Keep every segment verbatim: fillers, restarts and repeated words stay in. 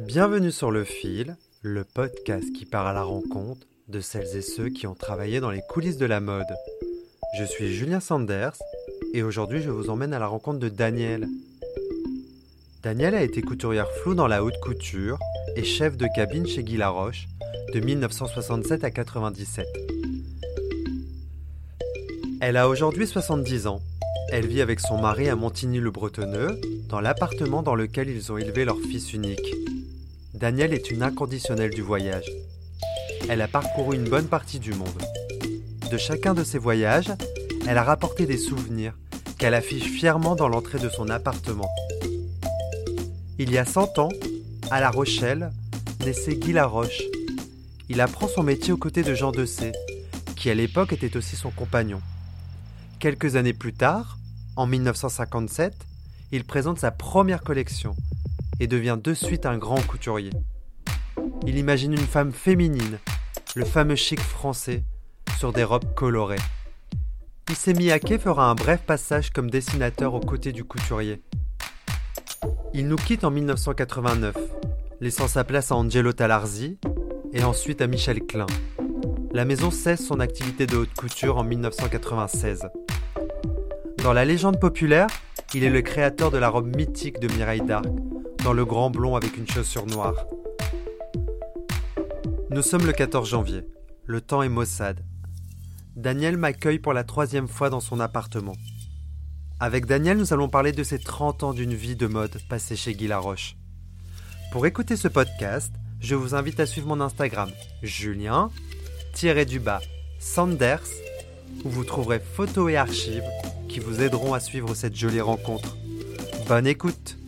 Bienvenue sur Le Fil, le podcast qui part à la rencontre de celles et ceux qui ont travaillé dans les coulisses de la mode. Je suis Julien Sanders et aujourd'hui je vous emmène à la rencontre de Danielle. Danielle a été couturière floue dans la haute couture et chef de cabine chez Guy Laroche de dix-neuf cent soixante-sept à quatre-vingt-dix-sept. Elle a aujourd'hui soixante-dix ans. Elle vit avec son mari à Montigny-le-Bretonneux, dans l'appartement dans lequel ils ont élevé leur fils unique. Danielle est une inconditionnelle du voyage. Elle a parcouru une bonne partie du monde. De chacun de ces voyages, elle a rapporté des souvenirs qu'elle affiche fièrement dans l'entrée de son appartement. Il y a cent ans, à La Rochelle, naissait Guy Laroche. Il apprend son métier aux côtés de Jean Dessay, qui à l'époque était aussi son compagnon. Quelques années plus tard, en dix-neuf cent cinquante-sept, il présente sa première collection et devient de suite un grand couturier. Il imagine une femme féminine, le fameux chic français, sur des robes colorées. Issey Miyake fera un bref passage comme dessinateur aux côtés du couturier. Il nous quitte en dix-neuf cent quatre-vingt-neuf, laissant sa place à Angelo Talarzi et ensuite à Michel Klein. La maison cesse son activité de haute couture en dix-neuf cent quatre-vingt-seize. Dans la légende populaire, il est le créateur de la robe mythique de Mireille d'Arc, dans le grand blond avec une chaussure noire. Nous sommes le quatorze janvier. Le temps est maussade. Danielle m'accueille pour la troisième fois dans son appartement. Avec Danielle, nous allons parler de ses trente ans d'une vie de mode passée chez Guy Laroche. Pour écouter ce podcast, je vous invite à suivre mon Instagram, Julien, tiré du bas, Sanders, où vous trouverez photos et archives qui vous aideront à suivre cette jolie rencontre. Bonne écoute!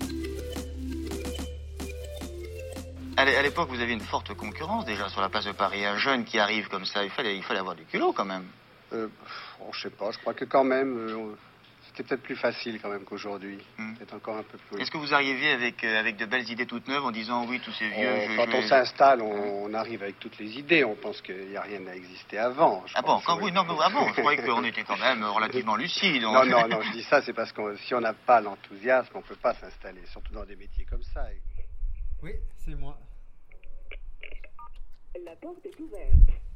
À l'époque, vous aviez une forte concurrence déjà sur la place de Paris. Un jeune qui arrive comme ça, il fallait, il fallait avoir du culot quand même. Euh, oh, je sais pas, je crois que quand même, euh, c'était peut-être plus facile quand même qu'aujourd'hui. Hmm. Peut-être encore un peu plus. Est-ce que vous arriviez avec, euh, avec de belles idées toutes neuves en disant oui, tous ces vieux... On, je, quand je vais... on s'installe, on, on arrive avec toutes les idées. On pense qu'il n'y a rien à exister avant. Ah bon, quand oui, non, mais ah bon, je croyais qu'on était quand même relativement lucide. Non, non, non, je dis ça, c'est parce que si on n'a pas l'enthousiasme, on ne peut pas s'installer, surtout dans des métiers comme ça. Oui, c'est moi. La porte est ouverte.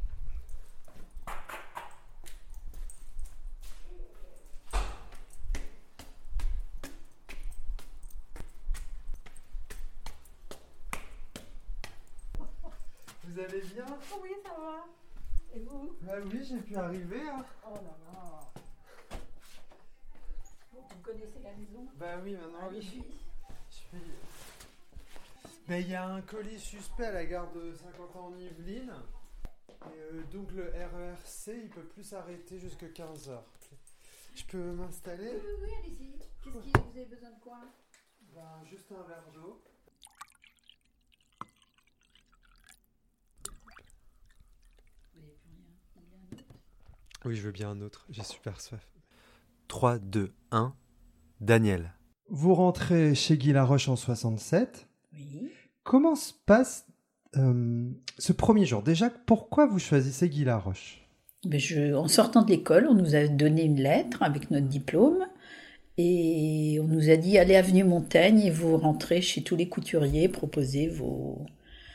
Vous allez bien? Oh oui, ça va. Et vous? Bah oui, j'ai pu arriver. Hein. Oh là là. Bon, vous connaissez la maison? Bah oui, maintenant oui. Allez-y. Je suis... Ben, il y a un colis suspect à la gare de Saint-Quentin en Yvelines. Et euh, donc le R E R C, il peut plus s'arrêter jusqu'à quinze heures. Je peux m'installer? Oui, oui, oui, allez-y. Qu'est-ce que vous avez besoin de quoi? Ben, juste un verre d'eau. Vous n'avez plus rien. Vous voulez un autre? Oui, je veux bien un autre. J'ai super soif. trois, deux, un. Danielle. Vous rentrez chez Guy Laroche en soixante-sept. Oui. Comment se passe euh, ce premier jour? Déjà, pourquoi vous choisissez Guy Laroche? Ben je, en sortant de l'école, on nous a donné une lettre avec notre diplôme et on nous a dit allez avenue Montaigne et vous rentrez chez tous les couturiers, proposez vos,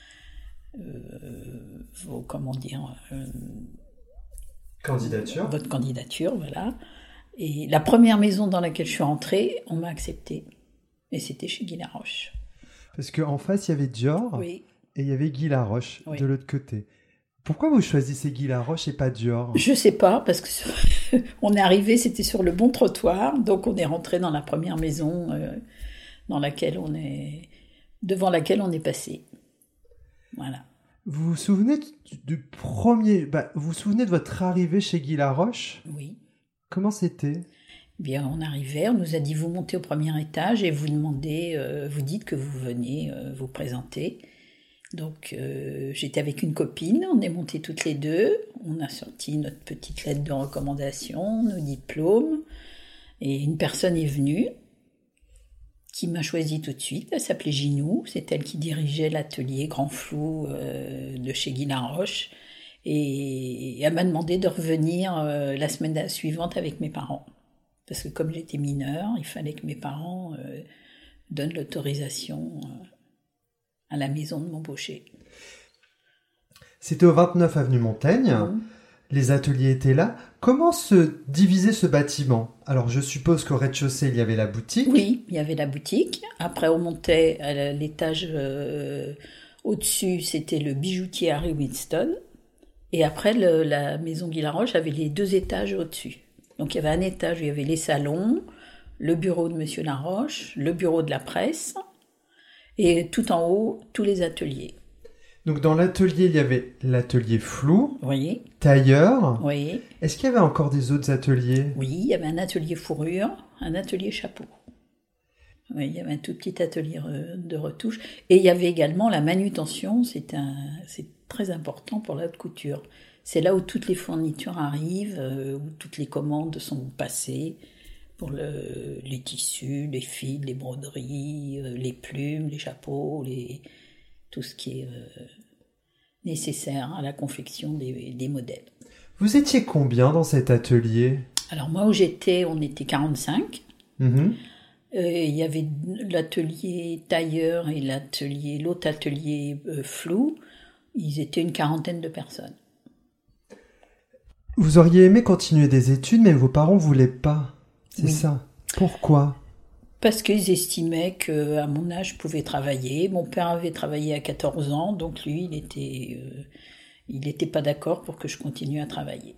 euh, vos comment dire, euh, Candidature. votre candidature, voilà. Et la première maison dans laquelle je suis rentrée, on m'a acceptée et c'était chez Guy Laroche. Parce qu'en face, il y avait Dior Oui. et il y avait Guy Laroche Oui. de l'autre côté. Pourquoi vous choisissez Guy Laroche et pas Dior? Je sais pas, parce que sur- on est arrivé, c'était sur le bon trottoir, donc on est rentré dans la première maison euh, dans laquelle on est, devant laquelle on est passé. Voilà. Vous vous souvenez du, du premier... Bah, vous vous souvenez de votre arrivée chez Guy Laroche? Oui. Comment c'était? Bien, on arrivait, on nous a dit vous montez au premier étage et vous demandez, euh, vous dites que vous venez euh, vous présenter. Donc euh, j'étais avec une copine, on est montés toutes les deux, on a sorti notre petite lettre de recommandation, nos diplômes, et une personne est venue qui m'a choisi tout de suite. Elle s'appelait Ginou, c'est elle qui dirigeait l'atelier Grand Flou euh, de chez Guy Laroche, et elle m'a demandé de revenir euh, la semaine suivante avec mes parents. Parce que comme j'étais mineure, il fallait que mes parents euh, donnent l'autorisation. Euh, à la maison de Montbaucher. C'était au vingt-neuf avenue Montaigne. Mmh. Les ateliers étaient là. Comment se divisait ce bâtiment ? Alors, je suppose qu'au rez-de-chaussée, il y avait la boutique. Oui, il y avait la boutique. Après, on montait à l'étage euh, au-dessus, c'était le bijoutier Harry Winston. Et après, le, la maison Guy Laroche avait les deux étages au-dessus. Donc, il y avait un étage où il y avait les salons, le bureau de Monsieur Laroche, le bureau de la presse, et tout en haut, tous les ateliers. Donc, dans l'atelier, il y avait l'atelier flou, oui. tailleur. Oui. Est-ce qu'il y avait encore des autres ateliers ? Oui, il y avait un atelier fourrure, un atelier chapeau. Oui, il y avait un tout petit atelier de retouche. Et il y avait également la manutention, c'est, un, c'est très important pour la haute couture. C'est là où toutes les fournitures arrivent, où toutes les commandes sont passées pour le, les tissus, les fils, les broderies, les plumes, les chapeaux, les... tout ce qui est euh, nécessaire à la confection des, des modèles. Vous étiez combien dans cet atelier ? Alors moi où j'étais, on était quarante-cinq. Mmh. Euh, il y avait l'atelier tailleur et l'atelier, l'autre atelier euh, flou. Ils étaient une quarantaine de personnes. Vous auriez aimé continuer des études, mais vos parents ne voulaient pas. C'est oui. ça. Pourquoi ? Parce qu'ils estimaient qu'à mon âge, je pouvais travailler. Mon père avait travaillé à quatorze ans, donc lui, il était, euh, il n'était pas d'accord pour que je continue à travailler.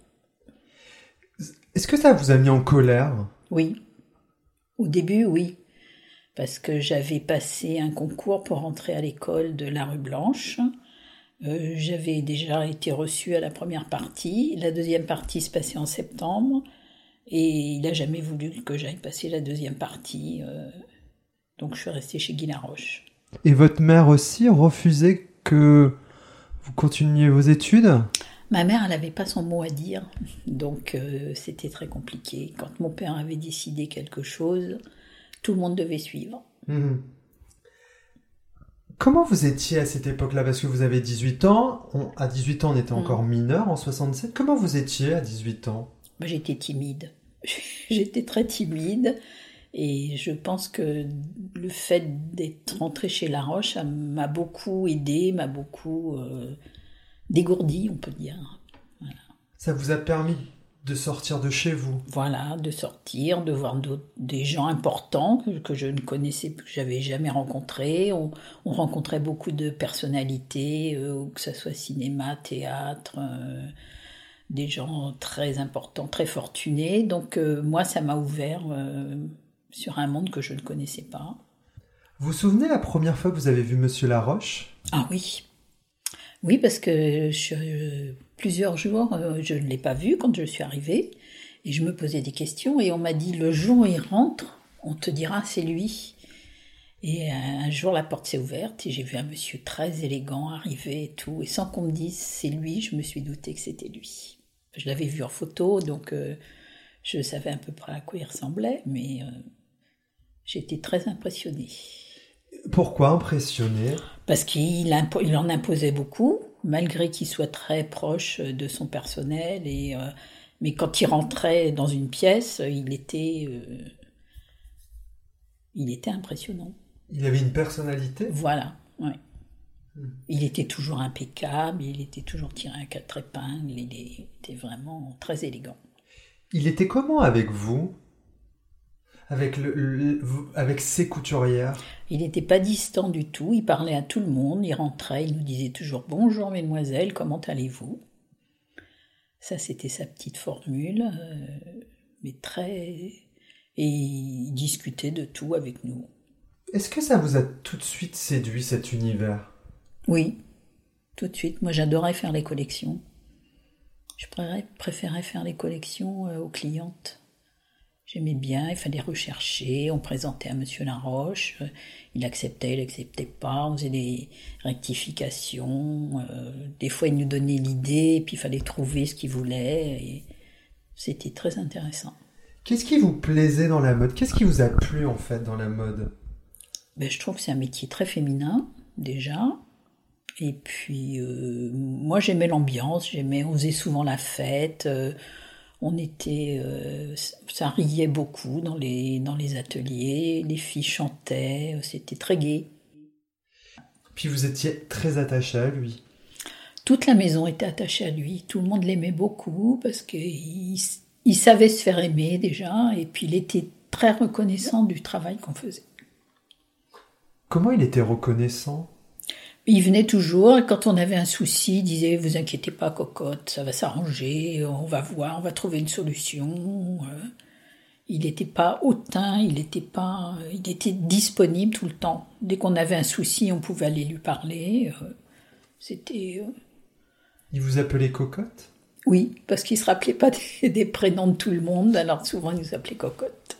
Est-ce que ça vous a mis en colère ? Oui. Au début, oui. Parce que j'avais passé un concours pour rentrer à l'école de la rue Blanche. Euh, j'avais déjà été reçue à la première partie. La deuxième partie se passait en septembre. Et il n'a jamais voulu que j'aille passer la deuxième partie. Euh, donc je suis restée chez Guy Laroche. Et votre mère aussi refusait que vous continuiez vos études ? Ma mère, elle n'avait pas son mot à dire. Donc euh, c'était très compliqué. Quand mon père avait décidé quelque chose, tout le monde devait suivre. Mmh. Comment vous étiez à cette époque-là ? Parce que vous avez dix-huit ans. On, à dix-huit ans, on était encore mmh. mineur en soixante-sept. Comment vous étiez à dix-huit ans ? Ben, j'étais timide. J'étais très timide et je pense que le fait d'être rentrée chez Laroche ça m'a beaucoup aidée, m'a beaucoup euh, dégourdie, on peut dire. Voilà. Ça vous a permis de sortir de chez vous ? Voilà, de sortir, de voir des gens importants que, que je ne connaissais, que j'avais jamais rencontrés. On, on rencontrait beaucoup de personnalités, euh, que ce soit cinéma, théâtre... Euh, des gens très importants, très fortunés. Donc euh, moi, ça m'a ouvert euh, sur un monde que je ne connaissais pas. Vous vous souvenez la première fois que vous avez vu Monsieur Laroche ? Ah oui. Oui, parce que je, euh, plusieurs jours, euh, je ne l'ai pas vu quand je suis arrivée. Et je me posais des questions. Et on m'a dit, le jour où il rentre, on te dira, c'est lui. Et un jour, la porte s'est ouverte et j'ai vu un monsieur très élégant arriver et tout. Et sans qu'on me dise, c'est lui, je me suis douté que c'était lui. Je l'avais vu en photo, donc euh, je savais à peu près à quoi il ressemblait, mais euh, j'étais très impressionnée. Pourquoi impressionnée ? Parce qu'il impo- il en imposait beaucoup, malgré qu'il soit très proche de son personnel. Et, euh, mais quand il rentrait dans une pièce, il était, euh, il était impressionnant. Il avait une personnalité ? Voilà, oui. Il était toujours impeccable, il était toujours tiré à quatre épingles, il était vraiment très élégant. Il était comment avec vous ? Avec, le, le, avec ses couturières ? Il n'était pas distant du tout, il parlait à tout le monde, il rentrait, il nous disait toujours « Bonjour mesdemoiselles, comment allez-vous ?» Ça, c'était sa petite formule, euh, mais très... Et il discutait de tout avec nous. Est-ce que ça vous a tout de suite séduit, cet univers ? Oui, tout de suite. Moi, j'adorais faire les collections. Je préférais faire les collections euh, aux clientes. J'aimais bien, il fallait rechercher, on présentait à Monsieur Laroche, euh, il acceptait, il n'acceptait pas, on faisait des rectifications, euh, des fois il nous donnait l'idée, et puis il fallait trouver ce qu'il voulait, et c'était très intéressant. Qu'est-ce qui vous plaisait dans la mode ? Qu'est-ce qui vous a plu en fait dans la mode ? Ben, je trouve que c'est un métier très féminin, déjà. Et puis, euh, moi, j'aimais l'ambiance, j'aimais, on faisait souvent la fête, euh, on était, euh, ça riait beaucoup dans les, dans les ateliers, les filles chantaient, c'était très gai. Puis vous étiez très attaché à lui. Toute la maison était attachée à lui. Tout le monde l'aimait beaucoup parce qu'il il savait se faire aimer déjà. Et puis il était très reconnaissant du travail qu'on faisait. Comment il était reconnaissant ? Il venait toujours et quand on avait un souci, il disait « Vous inquiétez pas, cocotte, ça va s'arranger, on va voir, on va trouver une solution. » Il n'était pas hautain, il était, pas, il était disponible tout le temps. Dès qu'on avait un souci, on pouvait aller lui parler. C'était... Il vous appelait cocotte ? Oui, parce qu'il ne se rappelait pas des, des prénoms de tout le monde, alors souvent il nous appelait cocotte.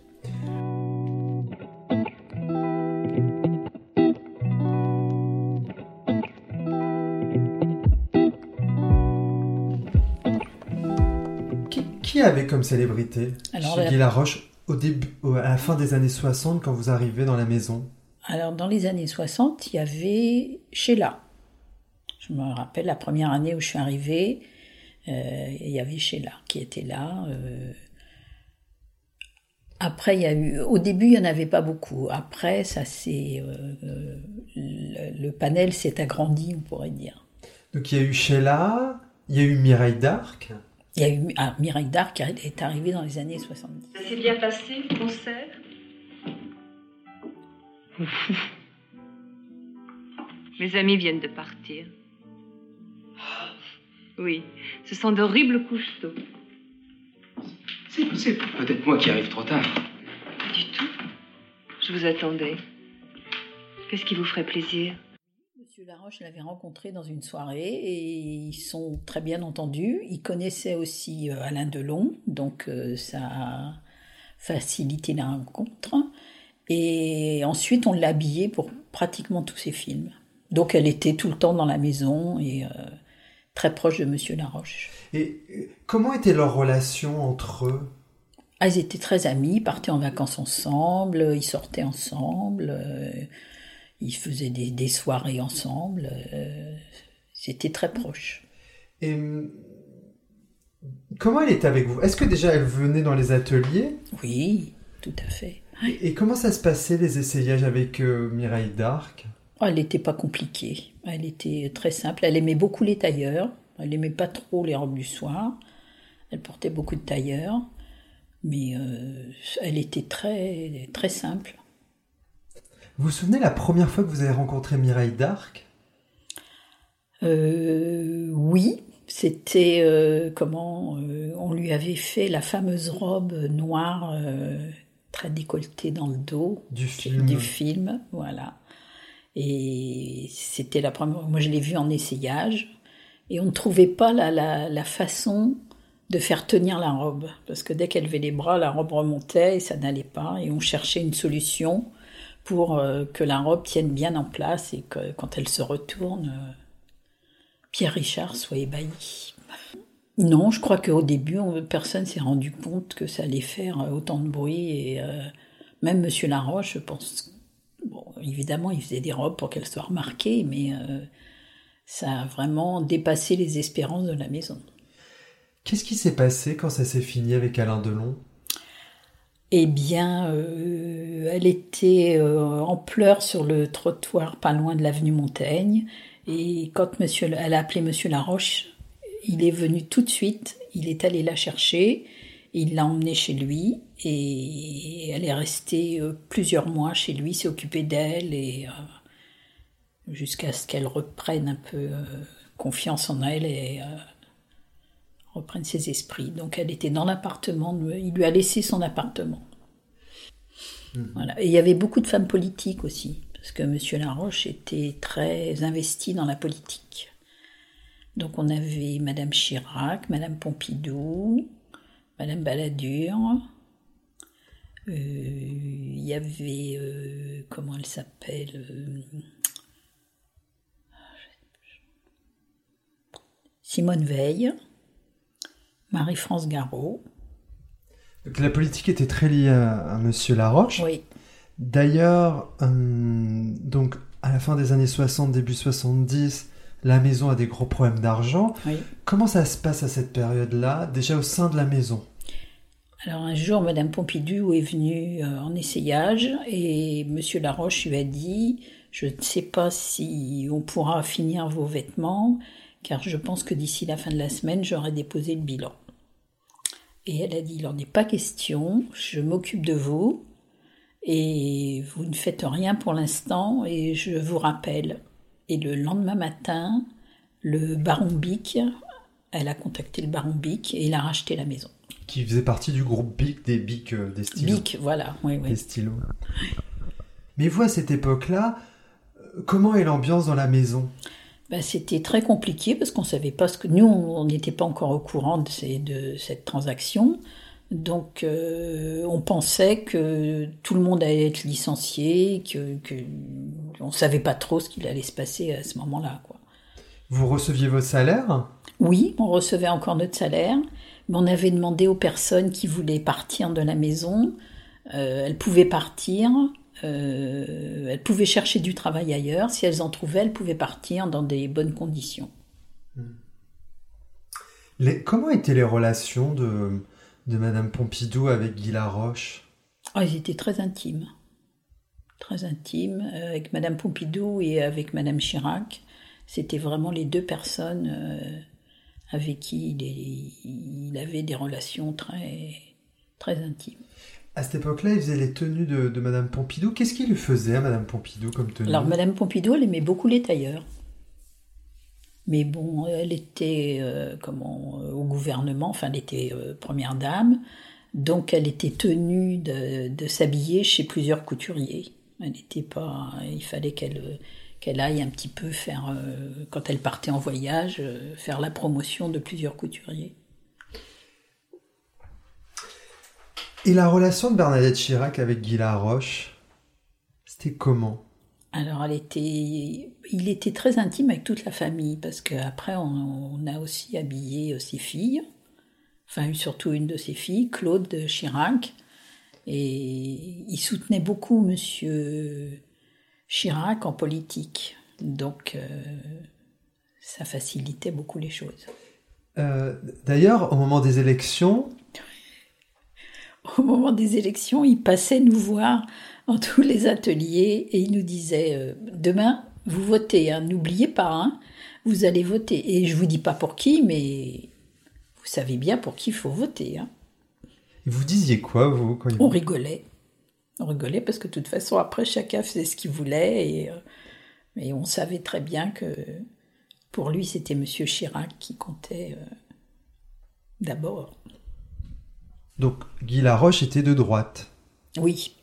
Qui avait comme célébrité alors, chez Guy Laroche au début, à la fin des années soixante quand vous arrivez dans la maison ? Alors dans les années soixante, il y avait Sheila. Je me rappelle la première année où je suis arrivée, euh, il y avait Sheila qui était là. Euh... Après, il y a eu, au début, il n'y en avait pas beaucoup. Après, ça s'est, euh, le, le panel s'est agrandi, on pourrait dire. Donc il y a eu Sheila, il y a eu Mireille d'Arc. Il y a eu ah, Mireille d'Arc qui est arrivée dans les années soixante-dix. Ça s'est bien passé, le concert ? Mes amis viennent de partir. Oui, ce sont d'horribles couches-d'eau. C'est, c'est peut-être moi qui arrive trop tard. Pas du tout. Je vous attendais. Qu'est-ce qui vous ferait plaisir ? Monsieur Laroche l'avait rencontré dans une soirée et ils sont très bien entendus. Ils connaissaient aussi Alain Delon, donc ça a facilité la rencontre. Et ensuite, on l'a habillée pour pratiquement tous ses films. Donc elle était tout le temps dans la maison et euh, très proche de Monsieur Laroche. Et comment était leur relation entre eux ? Ah, ils étaient très amis, ils partaient en vacances ensemble, ils sortaient ensemble... Euh, Ils faisaient des, des soirées ensemble. Euh, c'était très proche. Et comment elle était avec vous ? Est-ce que déjà elle venait dans les ateliers ? Oui, tout à fait. Et, et comment ça se passait les essayages avec euh, Mireille d'Arc ? Oh, elle n'était pas compliquée. Elle était très simple. Elle aimait beaucoup les tailleurs. Elle n'aimait pas trop les robes du soir. Elle portait beaucoup de tailleurs. Mais euh, elle était très, très simple. Vous vous souvenez la première fois que vous avez rencontré Mireille d'Arc ? euh, Oui, c'était euh, comment euh, on lui avait fait la fameuse robe noire euh, très décolletée dans le dos du film. Du film, voilà. Et c'était la première. Moi, je l'ai vue en essayage et on ne trouvait pas la, la, la façon de faire tenir la robe parce que dès qu'elle levait les bras, la robe remontait et ça n'allait pas et on cherchait une solution pour euh, que la robe tienne bien en place et que quand elle se retourne, euh, Pierre Richard soit ébahi. Non, je crois qu'au début, on, personne ne s'est rendu compte que ça allait faire autant de bruit. Et euh, même Monsieur Laroche, je pense... Bon, évidemment, il faisait des robes pour qu'elles soient remarquées, mais euh, ça a vraiment dépassé les espérances de la maison. Qu'est-ce qui s'est passé quand ça s'est fini avec Alain Delon ? Eh bien, euh, elle était euh, en pleurs sur le trottoir pas loin de l'avenue Montaigne. Et quand monsieur, elle a appelé Monsieur Laroche, il est venu tout de suite. Il est allé la chercher, il l'a emmenée chez lui. Et elle est restée euh, plusieurs mois chez lui, s'est occupée d'elle. Et, euh, jusqu'à ce qu'elle reprenne un peu euh, confiance en elle et euh, reprenne ses esprits. Donc elle était dans l'appartement, il lui a laissé son appartement. Mmh. Voilà. Et il y avait beaucoup de femmes politiques aussi, parce que Monsieur Laroche était très investi dans la politique. Donc on avait Madame Chirac, Madame Pompidou, Madame Balladur, euh, il y avait, euh, comment elle s'appelle euh, Simone Veil, Marie-France Garot. Donc la politique était très liée à, à Monsieur Laroche. Oui. D'ailleurs, euh, donc à la fin des années soixante, début soixante-dix, la maison a des gros problèmes d'argent. Oui. Comment ça se passe à cette période-là, déjà au sein de la maison ? Alors un jour, Madame Pompidou est venue euh, en essayage et Monsieur Laroche lui a dit « Je ne sais pas si on pourra finir vos vêtements, car je pense que d'ici la fin de la semaine, j'aurai déposé le bilan. » Et elle a dit « Il n'en est pas question, je m'occupe de vous et vous ne faites rien pour l'instant et je vous rappelle. » Et le lendemain matin, le baron Bic, elle a contacté le baron Bic et il a racheté la maison. Qui faisait partie du groupe Bic, des Bic, euh, des stylos. Bic, voilà, oui, oui. Des stylos. Mais vous, à cette époque-là, comment est l'ambiance dans la maison ? Ben, c'était très compliqué parce qu'on ne savait pas ce que... Nous, on n'était pas encore au courant de, ces, de cette transaction. Donc, euh, on pensait que tout le monde allait être licencié, que, que on ne savait pas trop ce qu'il allait se passer à ce moment-là, quoi. Vous receviez votre salaire ? Oui, on recevait encore notre salaire, mais on avait demandé aux personnes qui voulaient partir de la maison, euh, elles pouvaient partir, euh, elles pouvaient chercher du travail ailleurs, si elles en trouvaient, elles pouvaient partir dans des bonnes conditions. Les, comment étaient les relations de, de Madame Pompidou avec Guy Laroche ? Oh, ils étaient très intimes, très intimes, euh, avec Madame Pompidou et avec Madame Chirac. C'était vraiment les deux personnes euh, avec qui il, est, il avait des relations très, très intimes. À cette époque-là, il faisait les tenues de, de Madame Pompidou. Qu'est-ce qu'il lui faisait à Madame Pompidou comme tenue ? Alors, Madame Pompidou, elle aimait beaucoup les tailleurs. Mais bon, elle était euh, comment, euh, au gouvernement, enfin, elle était euh, première dame, donc elle était tenue de, de s'habiller chez plusieurs couturiers. Elle n'était pas... Il fallait qu'elle... qu'elle aille un petit peu faire, euh, quand elle partait en voyage, euh, faire la promotion de plusieurs couturiers. Et la relation de Bernadette Chirac avec Guy Laroche, c'était comment ? Alors, elle était, il était très intime avec toute la famille, parce qu'après, on, on a aussi habillé ses filles, enfin, surtout une de ses filles, Claude Chirac, et il soutenait beaucoup Monsieur Chirac en politique, donc euh, ça facilitait beaucoup les choses. Euh, d'ailleurs, au moment des élections... Au moment des élections, il passait nous voir dans tous les ateliers et il nous disait euh, « Demain, vous votez, hein, n'oubliez pas, hein, vous allez voter. » Et je ne vous dis pas pour qui, mais vous savez bien pour qui il faut voter. Hein. Et vous disiez quoi, vous quand il... On rigolait. On rigolait parce que de toute façon, après, chacun faisait ce qu'il voulait. Et, euh, et on savait très bien que pour lui, c'était M. Chirac qui comptait euh, d'abord. Donc, Guy Laroche était de droite. Oui.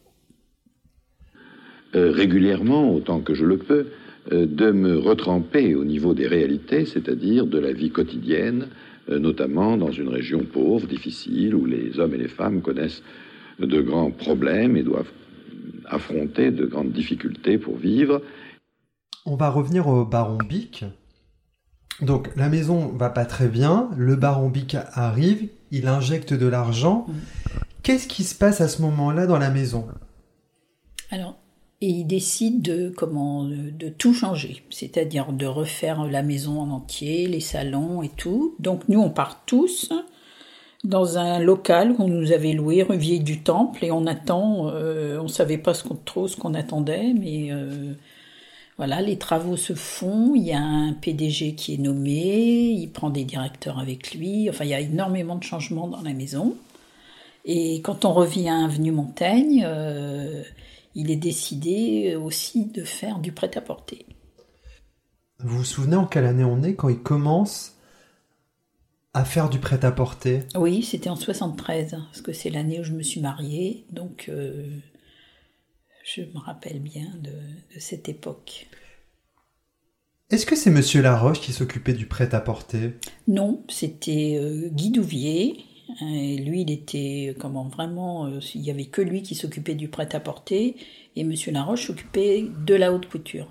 Euh, régulièrement, autant que je le peux, euh, de me retremper au niveau des réalités, c'est-à-dire de la vie quotidienne, euh, notamment dans une région pauvre, difficile, où les hommes et les femmes connaissent de grands problèmes et doivent affronter de grandes difficultés pour vivre. On va revenir au baron Bic. Donc, la maison va pas très bien, le baron Bic arrive, il injecte de l'argent. Mmh. Qu'est-ce qui se passe à ce moment-là dans la maison ? Alors, et il décide de, comment, de tout changer, c'est-à-dire de refaire la maison en entier, les salons et tout. Donc, nous, on part tous dans un local qu'on nous avait loué, rue Vieille du Temple, et on attend, euh, on savait pas ce qu'on, trop ce qu'on attendait, mais euh, voilà, les travaux se font, il y a un P D G qui est nommé, il prend des directeurs avec lui, enfin il y a énormément de changements dans la maison, et quand on revient à Avenue Montaigne, euh, il est décidé aussi de faire du prêt-à-porter. Vous vous souvenez en quelle année on est quand il commence à faire du prêt-à-porter ? Oui, c'était en soixante-treize, parce que c'est l'année où je me suis mariée, donc euh, je me rappelle bien de, de cette époque. Est-ce que c'est Monsieur Laroche qui s'occupait du prêt-à-porter ? Non, c'était euh, Guy Douvier. Et lui, il était comment vraiment, euh, il y avait que lui qui s'occupait du prêt-à-porter, et Monsieur Laroche s'occupait de la haute couture.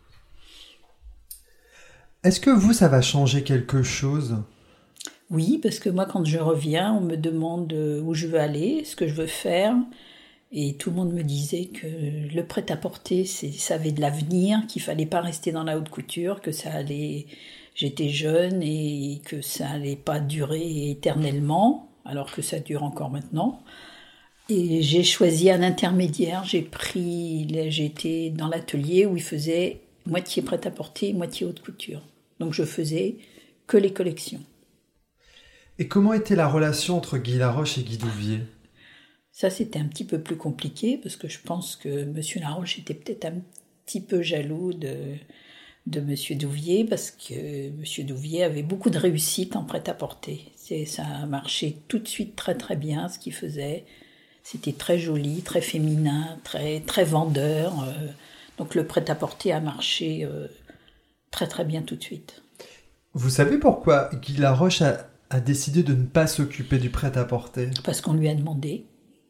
Est-ce que vous, ça va changer quelque chose ? Oui, parce que moi, quand je reviens, on me demande où je veux aller, ce que je veux faire. Et tout le monde me disait que le prêt-à-porter, c'est, ça avait de l'avenir, qu'il ne fallait pas rester dans la haute couture, que ça allait... J'étais jeune et que ça n'allait pas durer éternellement. alors que ça dure encore maintenant. Et j'ai choisi un intermédiaire, j'ai pris, j'ai été dans l'atelier où il faisait moitié prêt-à-porter, moitié haute couture. Donc je faisais que les collections. Et comment était la relation entre Guy Laroche et Guy Douvier ? Ça, c'était un petit peu plus compliqué, parce que je pense que M. Laroche était peut-être un petit peu jaloux de, de M. Douvier, parce que M. Douvier avait beaucoup de réussite en prêt-à-porter. C'est, ça a marché tout de suite très très bien, ce qu'il faisait. C'était très joli, très féminin, très, très vendeur. Euh, donc le prêt-à-porter a marché euh, très très bien tout de suite. Vous savez pourquoi Guy Laroche a, a décidé de ne pas s'occuper du prêt-à-porter ? Parce qu'on lui a demandé.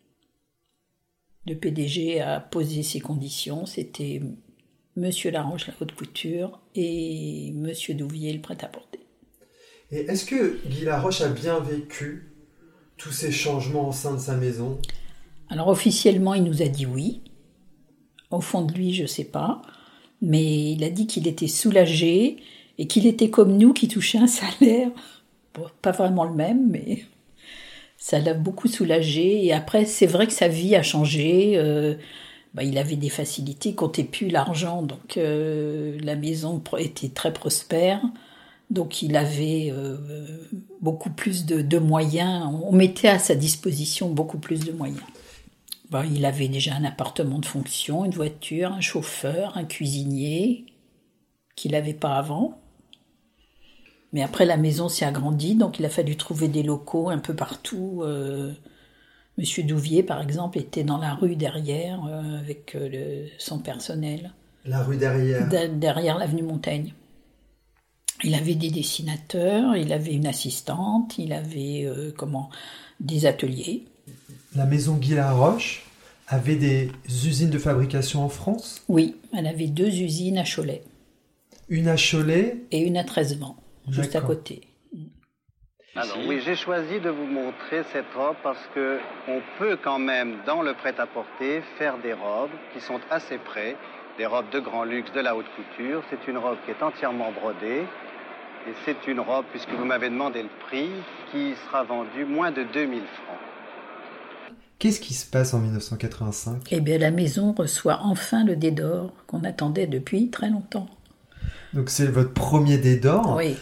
Le P D G a posé ses conditions. C'était M. Laroche, la haute couture, et M. Douvier, le prêt-à-porter. Et est-ce que Guy Laroche a bien vécu tous ces changements au sein de sa maison ? Alors officiellement, il nous a dit oui. Au fond de lui, je ne sais pas. Mais il a dit qu'il était soulagé et qu'il était comme nous, qui touchait un salaire. Bon, pas vraiment le même, mais ça l'a beaucoup soulagé. Et après, c'est vrai que sa vie a changé. Euh, bah, il avait des facilités, il comptait plus l'argent. Donc euh, la maison était très prospère. Donc il avait euh, beaucoup plus de, de moyens. On mettait à sa disposition beaucoup plus de moyens. Bon, il avait déjà un appartement de fonction, une voiture, un chauffeur, un cuisinier, qu'il n'avait pas avant. Mais après, la maison s'est agrandie, donc il a fallu trouver des locaux un peu partout. Euh, Monsieur Douvier, par exemple, était dans la rue derrière, euh, avec euh, le, son personnel. La rue derrière de, Derrière l'avenue Montaigne. Il avait des dessinateurs, il avait une assistante, il avait euh, comment, des ateliers. La maison Guy Laroche avait des usines de fabrication en France ? Oui, elle avait deux usines à Cholet. Une à Cholet et une à Treize-Vents, juste D'accord. à côté. Alors oui, j'ai choisi de vous montrer cette robe parce que on peut quand même, dans le prêt-à-porter, faire des robes qui sont assez près, des robes de grand luxe, de la haute couture. C'est une robe qui est entièrement brodée. Et c'est une robe, puisque vous m'avez demandé le prix, qui sera vendue moins de deux mille francs. Qu'est-ce qui se passe en dix-neuf cent quatre-vingt-cinq ? Eh bien, la maison reçoit enfin le dé d'or qu'on attendait depuis très longtemps. Donc c'est votre premier dé d'or ? Oui.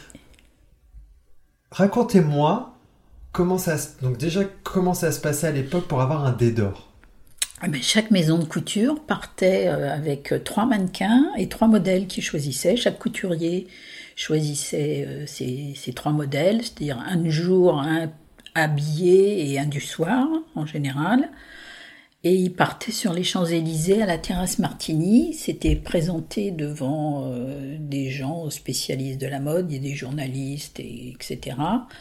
Racontez-moi comment ça se... Donc déjà, comment ça se passait à l'époque pour avoir un dé d'or ? Eh bien, chaque maison de couture partait avec trois mannequins et trois modèles qu'ils choisissaient. Chaque couturier choisissait euh, ses, ses trois modèles, c'est-à-dire un du jour, un habillé et un du soir, en général. Et ils partaient sur les Champs-Élysées à la terrasse Martini. C'était présenté devant euh, des gens spécialistes de la mode, il y a des journalistes, et, etc.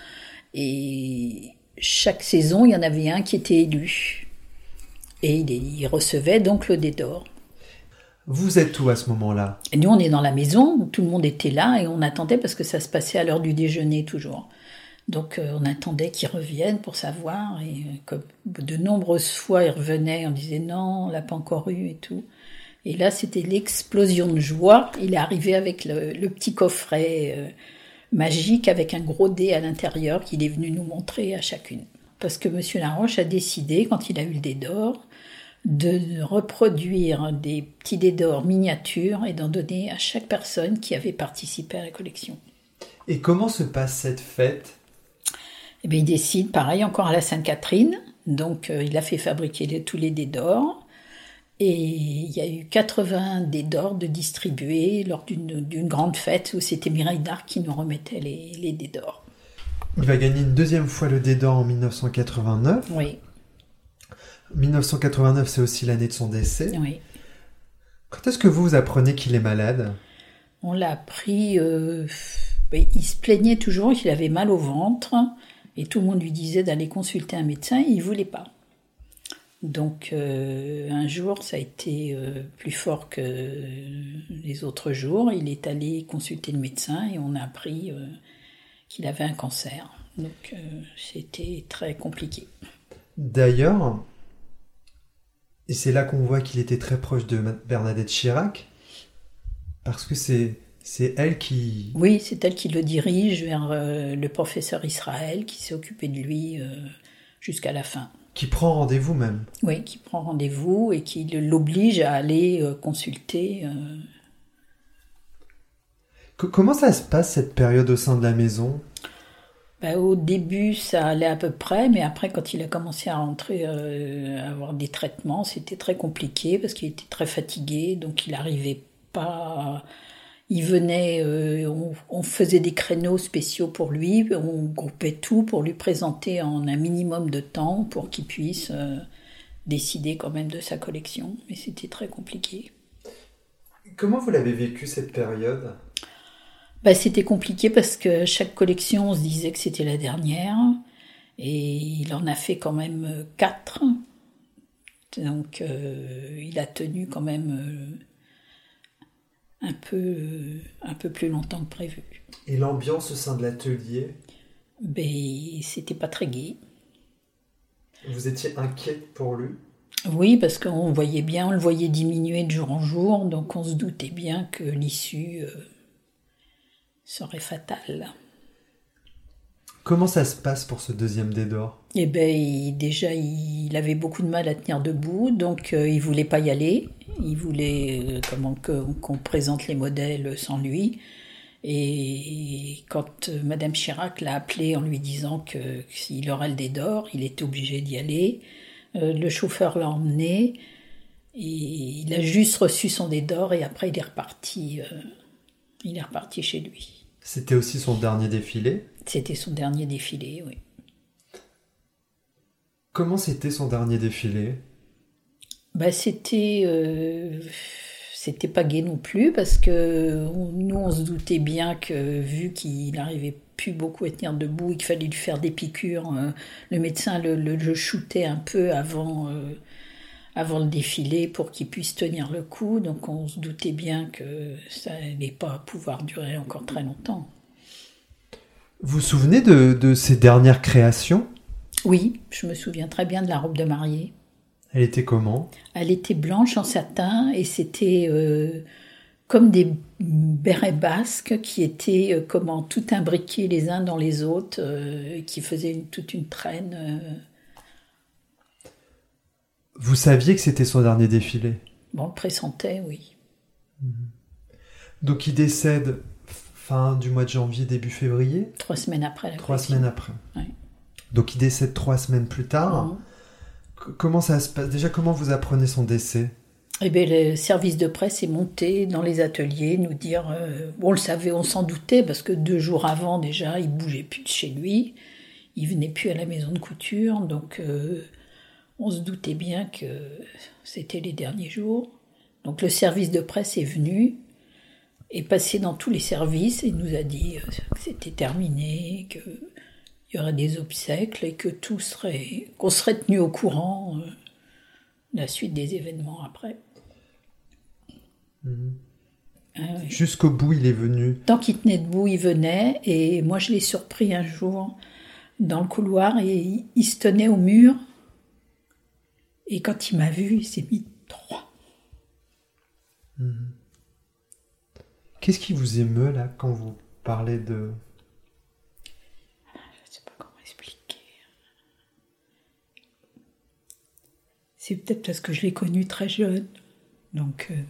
Et chaque saison, il y en avait un qui était élu. Et il, il recevait donc le dé d'or. Vous êtes où à ce moment-là ? Et nous, on est dans la maison, tout le monde était là et on attendait parce que ça se passait à l'heure du déjeuner toujours. Donc euh, on attendait qu'ils reviennent pour savoir. Et euh, comme de nombreuses fois, ils revenaient, on disait non, on l'a pas encore eu et tout. Et là, c'était l'explosion de joie. Il est arrivé avec le, le petit coffret euh, magique avec un gros dé à l'intérieur qu'il est venu nous montrer à chacune. Parce que M. Laroche a décidé, quand il a eu le dé d'or, de reproduire des petits dés d'or miniatures et d'en donner à chaque personne qui avait participé à la collection. Et comment se passe cette fête ? Eh bien, il décide, pareil, encore à la Sainte-Catherine. Donc, euh, il a fait fabriquer les, tous les dés d'or. Et il y a eu quatre-vingts dés d'or de distribués lors d'une, d'une grande fête où c'était Mireille d'Arc qui nous remettait les, les dés d'or. Il va gagner une deuxième fois le dé d'or en dix-neuf cent quatre-vingt-neuf. Oui. dix-neuf cent quatre-vingt-neuf, c'est aussi l'année de son décès. Oui. Quand est-ce que vous, vous apprenez qu'il est malade ? On l'a appris... Euh, il se plaignait toujours qu'il avait mal au ventre et tout le monde lui disait d'aller consulter un médecin et il ne voulait pas. Donc euh, un jour, ça a été euh, plus fort que les autres jours. Il est allé consulter le médecin et on a appris euh, qu'il avait un cancer. Donc euh, c'était très compliqué. D'ailleurs, et c'est là qu'on voit qu'il était très proche de Bernadette Chirac, parce que c'est, c'est elle qui... Oui, c'est elle qui le dirige vers euh, le professeur Israël, qui s'est occupé de lui euh, jusqu'à la fin. Qui prend rendez-vous même. Oui, qui prend rendez-vous et qui l'oblige à aller euh, consulter. Euh... Comment ça se passe cette période au sein de la maison ? Ben, au début, ça allait à peu près, mais après, quand il a commencé à rentrer, euh, à avoir des traitements, c'était très compliqué parce qu'il était très fatigué, donc il n'arrivait pas. Il venait, euh, on, on faisait des créneaux spéciaux pour lui, on groupait tout pour lui présenter en un minimum de temps pour qu'il puisse euh, décider quand même de sa collection, mais c'était très compliqué. Comment vous l'avez vécu cette période ? Bah, c'était compliqué parce que chaque collection, on se disait que c'était la dernière. Et il en a fait quand même quatre. Donc, euh, il a tenu quand même euh, un, peu, euh, un peu plus longtemps que prévu. Et l'ambiance au sein de l'atelier ? Ben, c'était pas très gai. Vous étiez inquiète pour lui ? Oui, parce qu'on voyait bien, on le voyait diminuer de jour en jour. Donc, on se doutait bien que l'issue... Euh, serait fatale. Comment ça se passe pour ce deuxième dé d'or ? Eh bien, il, déjà, il avait beaucoup de mal à tenir debout, donc euh, il ne voulait pas y aller. Il voulait euh, comment, que, qu'on présente les modèles sans lui. Et quand euh, Madame Chirac l'a appelé en lui disant que, que s'il aurait le dé d'or, il était obligé d'y aller. Euh, le chauffeur l'a emmené. Et il a juste reçu son dé d'or et après il est reparti, euh, il est reparti chez lui. C'était aussi son dernier défilé ? C'était son dernier défilé, oui. Comment c'était son dernier défilé ? Bah, c'était, euh, c'était pas gai non plus, parce que on, nous, on se doutait bien que, vu qu'il n'arrivait plus beaucoup à tenir debout et qu'il fallait lui faire des piqûres, euh, le médecin le, le, le shootait un peu avant, euh, avant le défilé pour qu'il puisse tenir le coup, donc on se doutait bien que ça n'allait pas pouvoir durer encore très longtemps. Vous vous souvenez de, de ses dernières créations ? Oui, je me souviens très bien de la robe de mariée. Elle était comment ? Elle était blanche en satin et c'était euh, comme des bérets basques qui étaient euh, comment, tout imbriqués les uns dans les autres, euh, qui faisaient une, toute une traîne... Euh, Vous saviez que c'était son dernier défilé ? Bon, on le pressentait, oui. Donc il décède fin du mois de janvier, début février ? Trois semaines après la Trois collection. semaines après. Oui. Donc il décède trois semaines plus tard. Mmh. C- comment ça se passe ? Déjà, comment vous apprenez son décès ? Eh bien, le service de presse est monté dans les ateliers, nous dire... Euh, on le savait, on s'en doutait, parce que deux jours avant, déjà, il bougeait plus de chez lui. Il venait plus à la maison de couture, donc... Euh, on se doutait bien que c'était les derniers jours. Donc le service de presse est venu, est passé dans tous les services et nous a dit que c'était terminé, qu'il y aurait des obsèques et que tout serait, qu'on serait tenu au courant de la suite des événements après. Mmh. Ah, oui. Jusqu'au bout, il est venu. Tant qu'il tenait debout, il venait et moi je l'ai surpris un jour dans le couloir et il se tenait au mur. Et quand il m'a vu, il s'est mis droit. Mmh. Qu'est-ce qui vous émeut, là, quand vous parlez de... Je ne sais pas comment expliquer. C'est peut-être parce que je l'ai connu très jeune. Donc... Euh...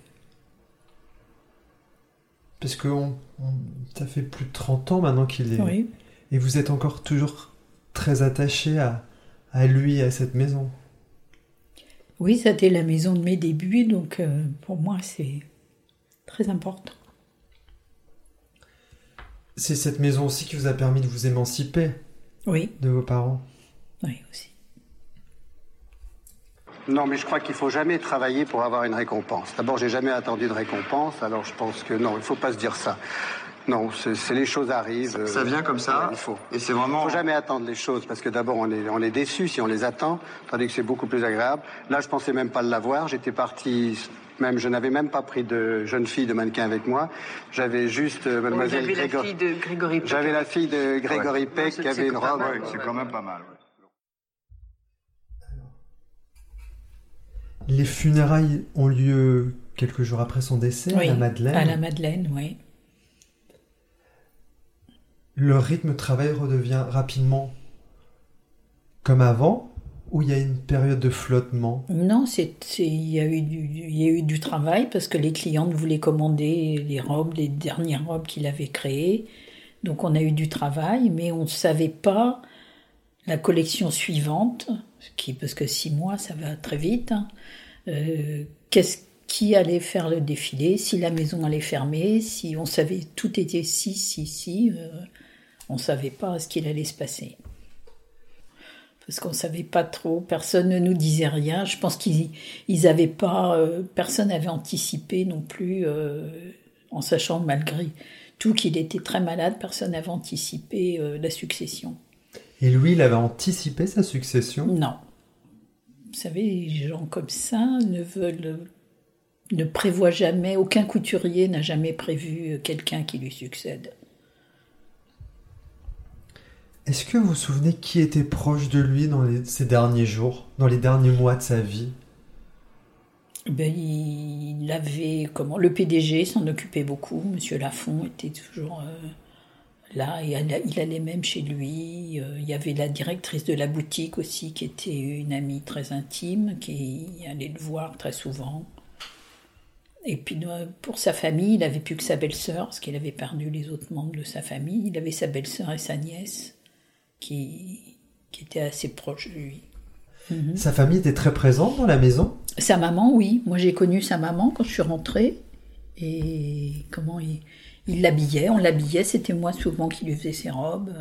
Parce que on, on, ça fait plus de trente ans maintenant qu'il est... Oui. Et vous êtes encore toujours très attaché à, à lui, à cette maison. Oui, c'était la maison de mes débuts, donc euh, pour moi, c'est très important. C'est cette maison aussi qui vous a permis de vous émanciper, oui, de vos parents. Oui, aussi. Non, mais je crois qu'il ne faut jamais travailler pour avoir une récompense. D'abord, j'ai jamais attendu de récompense, alors je pense que non, il ne faut pas se dire ça. Non, c'est, c'est les choses arrivent. Ça vient comme ça, ouais, il faut. Et c'est vraiment... Il ne faut jamais attendre les choses, parce que d'abord, on est, on est déçu si on les attend, tandis que c'est beaucoup plus agréable. Là, je ne pensais même pas l'avoir. J'étais parti, même, je n'avais même pas pris de jeune fille de mannequin avec moi. J'avais juste euh, mademoiselle oui, Grégor... la fille de Grégory Peck. J'avais la fille de Grégory ouais. Peck qui avait une robe. Ouais, c'est quand même pas mal. Ouais. Les funérailles ont lieu quelques jours après son décès, oui, à la Madeleine. À la Madeleine, oui. Le rythme de travail redevient rapidement comme avant, ou il y a une période de flottement? Non, c'est, c'est, il y a eu du, il y a eu du travail parce que les clientes voulaient commander les robes, les dernières robes qu'il avait créées. Donc on a eu du travail, mais on ne savait pas la collection suivante, qui, parce que six mois, ça va très vite, hein, euh, qu'est-ce qui allait faire le défilé, si la maison allait fermer, si on savait, tout était si, si, si, euh, on ne savait pas ce qu'il allait se passer. Parce qu'on ne savait pas trop, personne ne nous disait rien. Je pense qu'ils ils avaient pas, euh, personne n'avait anticipé non plus, euh, en sachant malgré tout qu'il était très malade, personne n'avait anticipé euh, la succession. Et lui, il avait anticipé sa succession? Non. Vous savez, les gens comme ça ne veulent, ne prévoient jamais, aucun couturier n'a jamais prévu quelqu'un qui lui succède. Est-ce que vous vous souvenez qui était proche de lui dans les, ces derniers jours, dans les derniers mois de sa vie? Ben, il avait, comment, le P D G s'en occupait beaucoup, Monsieur Lafont était toujours euh, là, et il allait même chez lui. Euh, il y avait la directrice de la boutique aussi, qui était une amie très intime, qui allait le voir très souvent. Et puis pour sa famille, il n'avait plus que sa belle-sœur, parce qu'il avait perdu les autres membres de sa famille. Il avait sa belle-sœur et sa nièce, qui, qui étaient assez proches de lui. Mm-hmm. Sa famille était très présente dans la maison? Sa maman, oui. Moi, j'ai connu sa maman quand je suis rentrée. Et comment il, il l'habillait, on l'habillait. C'était moi souvent qui lui faisais ses robes.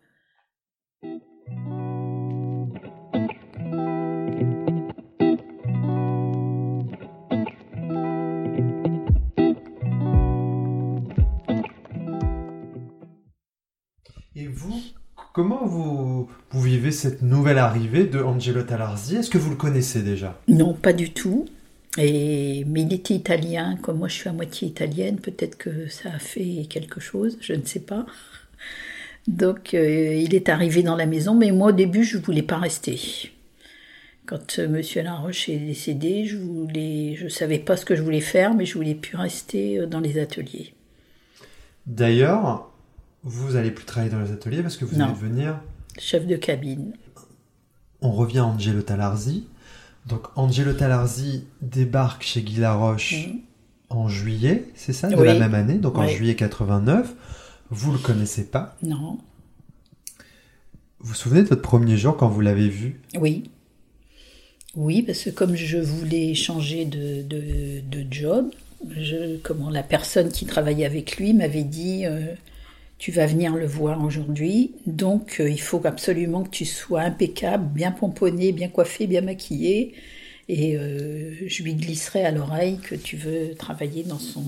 Et vous, comment vous, vous vivez cette nouvelle arrivée de Angelo Talarzi? Est-ce que vous le connaissez déjà? Non, pas du tout. Et, mais il était italien, comme moi je suis à moitié italienne, peut-être que ça a fait quelque chose, je ne sais pas. Donc euh, il est arrivé dans la maison, mais moi au début je ne voulais pas rester. Quand euh, Monsieur Laroche est décédé, je voulais, je savais pas ce que je voulais faire, mais je voulais plus rester euh, dans les ateliers. D'ailleurs, vous n'allez plus travailler dans les ateliers parce que vous non. allez devenir... chef de cabine. On revient à Angelo Talarzi. Donc Angelo Talarzi débarque chez Guy Laroche mmh. en juillet, c'est ça, de oui. la même année, donc oui. en juillet quatre-vingt-neuf. Vous le connaissez pas? Non. Vous vous souvenez de votre premier jour quand vous l'avez vu? Oui. Oui, parce que comme je voulais changer de, de, de job, je, comment, la personne qui travaillait avec lui m'avait dit euh, « Tu vas venir le voir aujourd'hui, donc euh, il faut absolument que tu sois impeccable, bien pomponné, bien coiffé, bien maquillé, et euh, je lui glisserai à l'oreille que tu veux travailler dans son,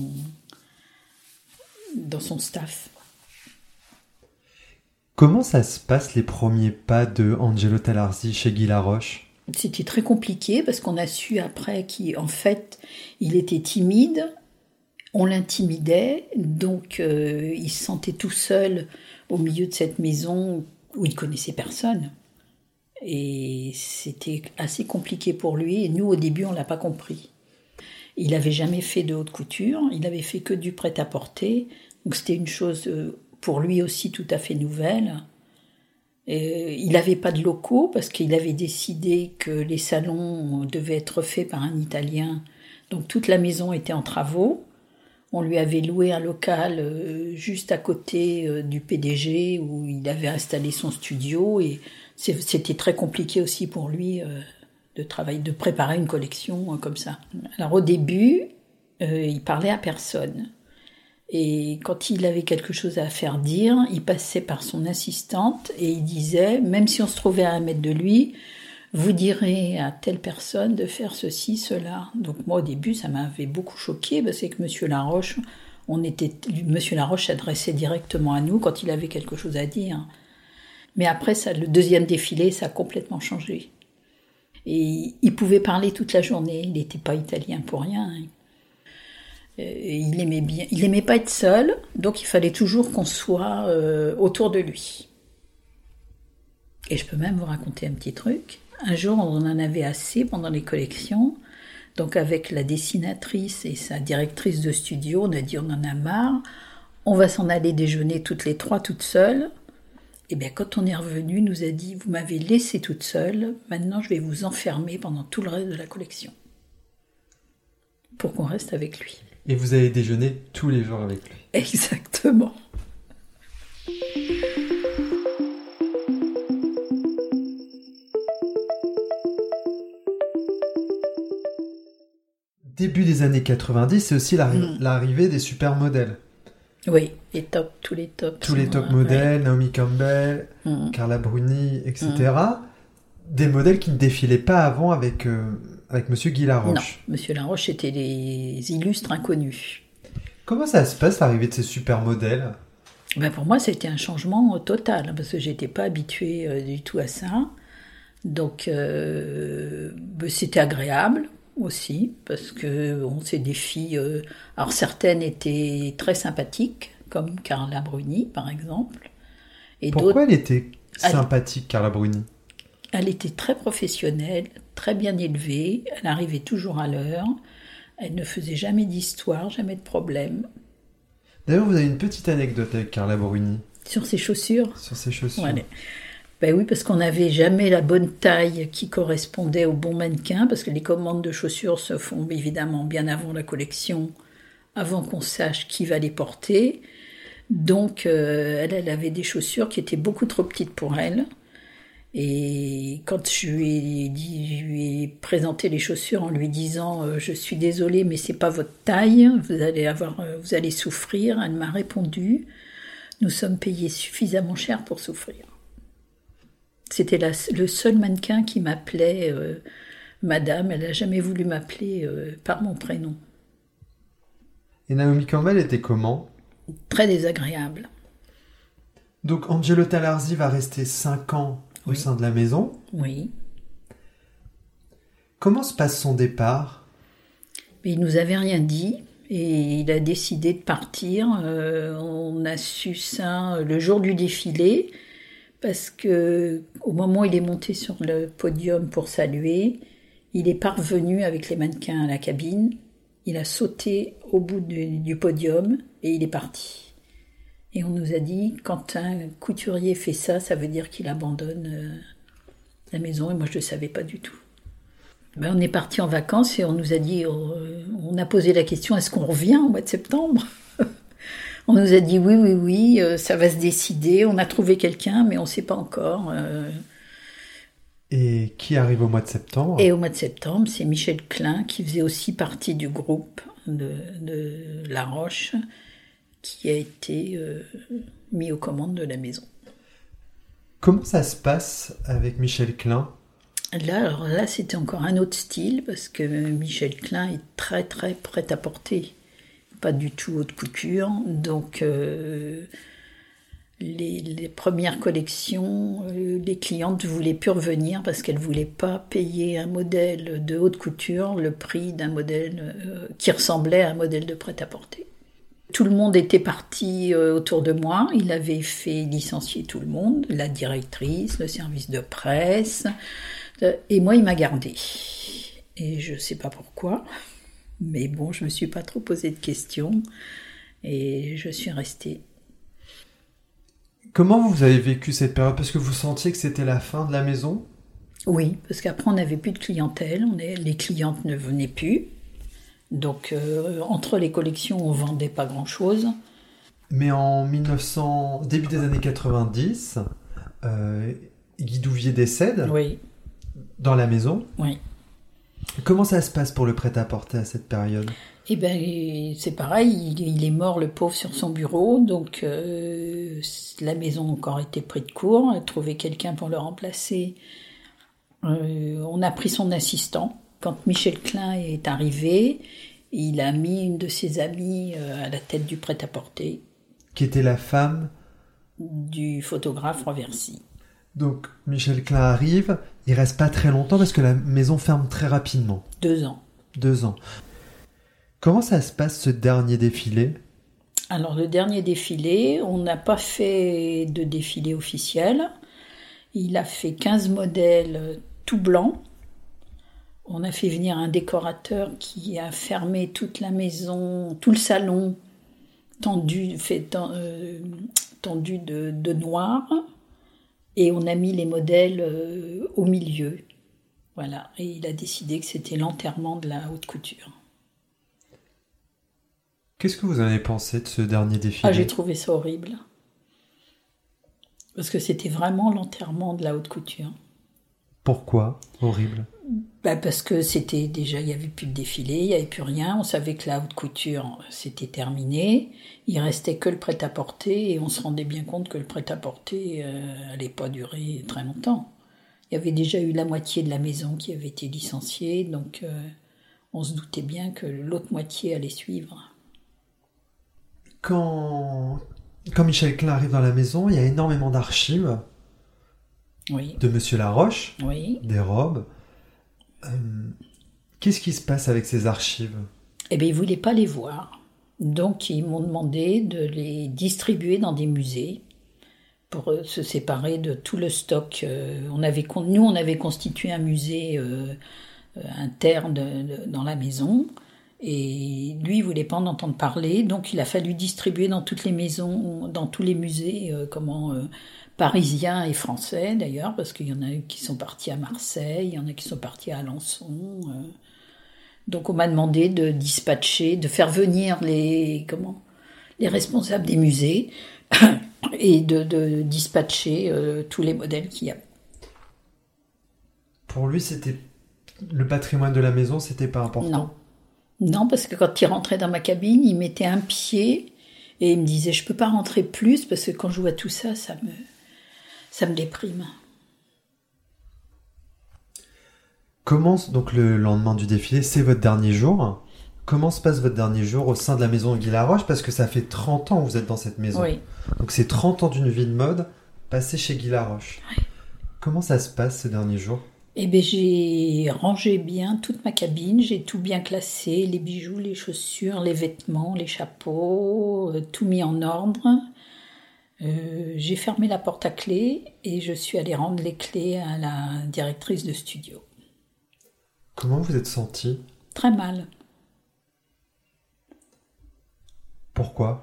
dans son staff. » Comment ça se passe les premiers pas de Angelo Talarzi chez Guy Laroche? C'était très compliqué parce qu'on a su après qu'en fait, il était timide. On l'intimidait, donc euh, il se sentait tout seul au milieu de cette maison où il connaissait personne. Et c'était assez compliqué pour lui, et nous au début on ne l'a pas compris. Il n'avait jamais fait de haute couture, il n'avait fait que du prêt-à-porter, donc c'était une chose pour lui aussi tout à fait nouvelle. Et il n'avait pas de locaux parce qu'il avait décidé que les salons devaient être faits par un Italien, donc toute la maison était en travaux. On lui avait loué un local euh, juste à côté euh, du P D G où il avait installé son studio et c'est, c'était très compliqué aussi pour lui euh, de travailler, de préparer une collection euh, comme ça. Alors au début, euh, il parlait à personne et quand il avait quelque chose à faire dire, il passait par son assistante et il disait, même si on se trouvait à un mètre de lui, vous direz à telle personne de faire ceci, cela. Donc moi au début ça m'avait beaucoup choqué parce que Monsieur Laroche, on était, Monsieur Laroche s'adressait directement à nous quand il avait quelque chose à dire. Mais après ça, le deuxième défilé, ça a complètement changé. Et il pouvait parler toute la journée, il n'était pas italien pour rien. Et il aimait bien, il aimait pas être seul, donc il fallait toujours qu'on soit euh, autour de lui. Et je peux même vous raconter un petit truc. Un jour, on en avait assez pendant les collections. Donc avec la dessinatrice et sa directrice de studio, on a dit on en a marre. On va s'en aller déjeuner toutes les trois, toutes seules. Et bien quand on est revenu, il nous a dit « Vous m'avez laissée toute seule, maintenant je vais vous enfermer pendant tout le reste de la collection. » Pour qu'on reste avec lui. Et vous avez déjeuné tous les jours avec lui. Exactement. Début des années quatre-vingt-dix, c'est aussi l'arri- Mm. l'arrivée des supermodèles. Oui, les tops, tous les tops. Tous les sont, top euh, modèles, Naomi Campbell, Mm. Carla Bruni, et cetera. Des modèles qui ne défilaient pas avant avec, euh, avec Monsieur Guy Laroche. Non, Monsieur Laroche était les illustres inconnus. Comment ça se passe, l'arrivée de ces supermodèles ? Ben pour moi, c'était un changement total, parce que j'étais pas habituée euh, du tout à ça. Donc, euh, ben, c'était agréable aussi, parce que bon, c'est des filles... euh, alors, certaines étaient très sympathiques, comme Carla Bruni, par exemple. Et Pourquoi d'autres, elle était Elle- sympathique, Carla Bruni ? elle était très professionnelle, très bien élevée, elle arrivait toujours à l'heure, elle ne faisait jamais d'histoire, jamais de problème. D'ailleurs, vous avez une petite anecdote avec Carla Bruni Sur ses chaussures, sur ses chaussures. ouais, ben oui, parce qu'on n'avait jamais la bonne taille qui correspondait au bon mannequin, parce que les commandes de chaussures se font évidemment bien avant la collection, avant qu'on sache qui va les porter. Donc, euh, elle, elle avait des chaussures qui étaient beaucoup trop petites pour elle. Et quand je lui ai dit, je lui ai présenté les chaussures en lui disant euh, je suis désolée, mais c'est pas votre taille, vous allez avoir, euh, vous allez souffrir. Elle m'a répondu nous sommes payés suffisamment cher pour souffrir. C'était la, le seul mannequin qui m'appelait euh, Madame. Elle n'a jamais voulu m'appeler euh, par mon prénom. Et Naomi Campbell était comment ? Très désagréable. Donc Angelo Talarzi va rester cinq ans au Oui. sein de la maison. Oui. Comment se passe son départ ? Mais il nous avait rien dit et il a décidé de partir. Euh, on a su ça le jour du défilé parce que au moment où il est monté sur le podium pour saluer, il est parvenu avec les mannequins à la cabine. Il a sauté au bout du, du podium et il est parti. Et on nous a dit, quand un couturier fait ça, ça veut dire qu'il abandonne euh, la maison. Et moi, je ne le savais pas du tout. Ben, on est parti en vacances et on nous a dit, euh, on a posé la question, est-ce qu'on revient au mois de septembre ? On nous a dit, oui, oui, oui, euh, ça va se décider. On a trouvé quelqu'un, mais on ne sait pas encore. Euh... Et qui arrive au mois de septembre ? Et au mois de septembre, c'est Michel Klein, qui faisait aussi partie du groupe de, de Laroche, qui a été euh, mis aux commandes de la maison. Comment ça se passe avec Michel Klein ? Là, alors là, c'était encore un autre style, parce que Michel Klein est très, très prêt-à-porter. Pas du tout haute couture. Donc, euh, les, les premières collections, euh, les clientes ne voulaient plus revenir parce qu'elles ne voulaient pas payer un modèle de haute couture le prix d'un modèle euh, qui ressemblait à un modèle de prêt-à-porter. Tout le monde était parti euh, autour de moi. Il avait fait licencier tout le monde, la directrice, le service de presse. Euh, et moi, il m'a gardée. Et je ne sais pas pourquoi. Mais bon, je ne me suis pas trop posé de questions. Et je suis restée. Comment vous avez vécu cette période ? Parce que vous sentiez que c'était la fin de la maison ? Oui, parce qu'après, on n'avait plus de clientèle. On est, les clientes ne venaient plus. Donc, euh, entre les collections, on ne vendait pas grand-chose. Mais en mille neuf cents, début des années quatre-vingt-dix, euh, Guy Douvier décède Oui, dans la maison. oui. Comment ça se passe pour le prêt-à-porter à cette période ? Eh bien, c'est pareil, il, il est mort, le pauvre, sur son bureau. Donc, euh, la maison a encore été prise de court. Elle a trouvé quelqu'un pour le remplacer. Euh, on a pris son assistant. Quand Michel Klein est arrivé, il a mis une de ses amies à la tête du prêt-à-porter. Qui était la femme du photographe Roversy. Donc Michel Klein arrive, il reste pas très longtemps parce que la maison ferme très rapidement. Deux ans. Deux ans. Comment ça se passe ce dernier défilé ? Alors le dernier défilé, on n'a pas fait de défilé officiel. Il a fait quinze modèles tout blancs. On a fait venir un décorateur qui a fermé toute la maison, tout le salon, tendu, fait, euh, tendu de, de noir. Et on a mis les modèles euh, au milieu. Voilà. Et il a décidé que c'était l'enterrement de la haute couture. Qu'est-ce que vous en avez pensé de ce dernier défilé ? Ah, j'ai trouvé ça horrible. Parce que c'était vraiment l'enterrement de la haute couture. Pourquoi horrible ? Bah parce que c'était déjà, il n'y avait plus de défilé, il n'y avait plus rien. On savait que la haute couture, c'était terminé. Il restait que le prêt-à-porter et on se rendait bien compte que le prêt-à-porter n'allait euh, pas durer très longtemps. Il y avait déjà eu la moitié de la maison qui avait été licenciée, donc euh, on se doutait bien que l'autre moitié allait suivre. Quand, quand Michel Klein arrive dans la maison, il y a énormément d'archives. Oui. De Monsieur Laroche, oui. Des robes. Euh, qu'est-ce qui se passe avec ces archives ? Eh bien, ils ne voulaient pas les voir. Donc, ils m'ont demandé de les distribuer dans des musées pour euh, se séparer de tout le stock. Euh, on avait, nous, on avait constitué un musée euh, euh, interne de, de, dans la maison. Et lui, il ne voulait pas en entendre parler. Donc, il a fallu distribuer dans toutes les maisons, dans tous les musées, euh, comment... Euh, parisiens et français d'ailleurs, parce qu'il y en a qui sont partis à Marseille, il y en a qui sont partis à Alençon. Euh. Donc on m'a demandé de dispatcher, de faire venir les, comment, les responsables des musées et de, de dispatcher euh, tous les modèles qu'il y a. Pour lui, c'était le patrimoine de la maison, c'était pas important ? Non. Non, parce que quand il rentrait dans ma cabine, il mettait un pied et il me disait « je peux pas rentrer plus parce que quand je vois tout ça, ça me... » Ça me déprime. Comment, donc le lendemain du défilé, c'est votre dernier jour. Comment se passe votre dernier jour au sein de la maison de Guy Laroche ? Parce que ça fait trente ans que vous êtes dans cette maison. Oui. Donc c'est trente ans d'une vie de mode passée chez Guy Laroche. Oui. Comment ça se passe ces derniers jours ? Eh bien, j'ai rangé bien toute ma cabine, j'ai tout bien classé, les bijoux, les chaussures, les vêtements, les chapeaux, euh, tout mis en ordre. Euh, j'ai fermé la porte à clé et je suis allée rendre les clés à la directrice de studio. Comment vous êtes sentie ? Très mal. Pourquoi ?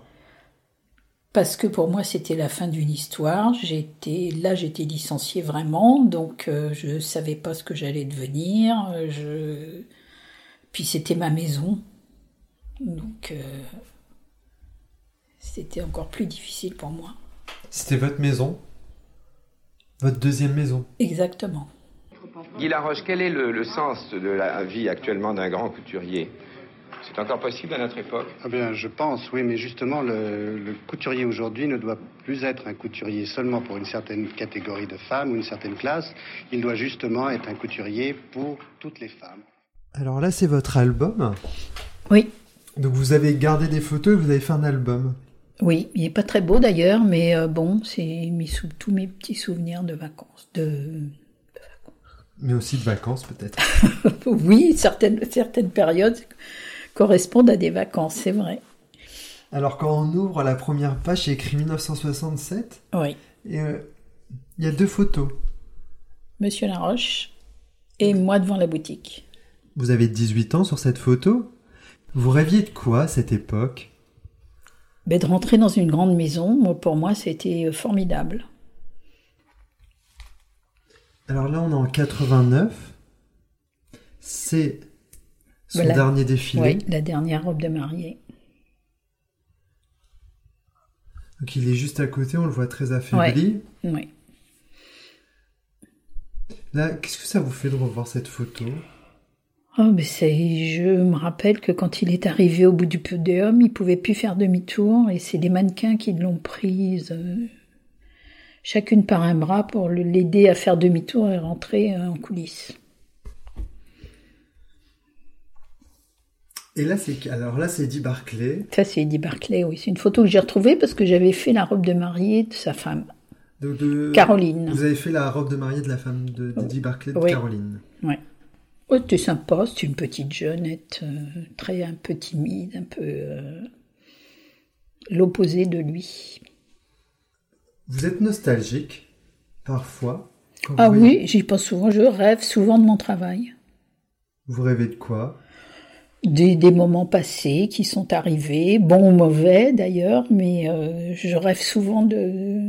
Parce que pour moi, c'était la fin d'une histoire. J'étais, là, j'étais licenciée vraiment, donc euh, je ne savais pas ce que j'allais devenir. Je... Puis c'était ma maison. Donc, euh, c'était encore plus difficile pour moi. C'était votre maison ? Votre deuxième maison ? Exactement. Guy Laroche, quel est le, le sens de la vie actuellement d'un grand couturier ? C'est encore possible à notre époque ? Ah bien, je pense, oui, mais justement, le, le couturier aujourd'hui ne doit plus être un couturier seulement pour une certaine catégorie de femmes ou une certaine classe. Il doit justement être un couturier pour toutes les femmes. Alors là, c'est votre album ? Oui. Donc vous avez gardé des photos et vous avez fait un album ? Oui, il n'est pas très beau d'ailleurs, mais euh, bon, c'est mes sou- tous mes petits souvenirs de vacances. De, de vacances. Mais aussi de vacances peut-être. Oui, certaines, certaines périodes correspondent à des vacances, c'est vrai. Alors quand on ouvre la première page, c'est écrit dix-neuf cent soixante-sept. Oui. Et euh, il y a deux photos. Monsieur Laroche et moi devant la boutique. Vous avez dix-huit ans sur cette photo. Vous rêviez de quoi à cette époque ? Ben, de rentrer dans une grande maison, moi, pour moi, c'était formidable. Alors là, on est en quatre-vingt-neuf. C'est son Voilà. dernier défilé. Oui, la dernière robe de mariée. Donc il est juste à côté, on le voit très affaibli. Oui. Oui. Là, qu'est-ce que ça vous fait de revoir cette photo ? Oh, mais c'est, je me rappelle que quand il est arrivé au bout du podium, il pouvait plus faire demi-tour et c'est des mannequins qui l'ont prise, euh, chacune par un bras pour le- l'aider à faire demi-tour et rentrer euh, en coulisses. Et là, c'est alors là, c'est Eddie Barclay. Ça, c'est Eddie Barclay, oui. C'est une photo que j'ai retrouvée parce que j'avais fait la robe de mariée de sa femme, De, de- Caroline. Vous avez fait la robe de mariée de la femme de d'Eddie Barclay, de Oui. Caroline. Ouais. Oh, c'était sympa, c'était une petite jeunette, euh, très un peu timide, un peu euh, l'opposé de lui. Vous êtes nostalgique, parfois. quand Ah vous oui, voyez- j'y pense souvent, je rêve souvent de mon travail. Vous rêvez de quoi ? Des, des moments passés qui sont arrivés, bons ou mauvais d'ailleurs, mais euh, je rêve souvent de,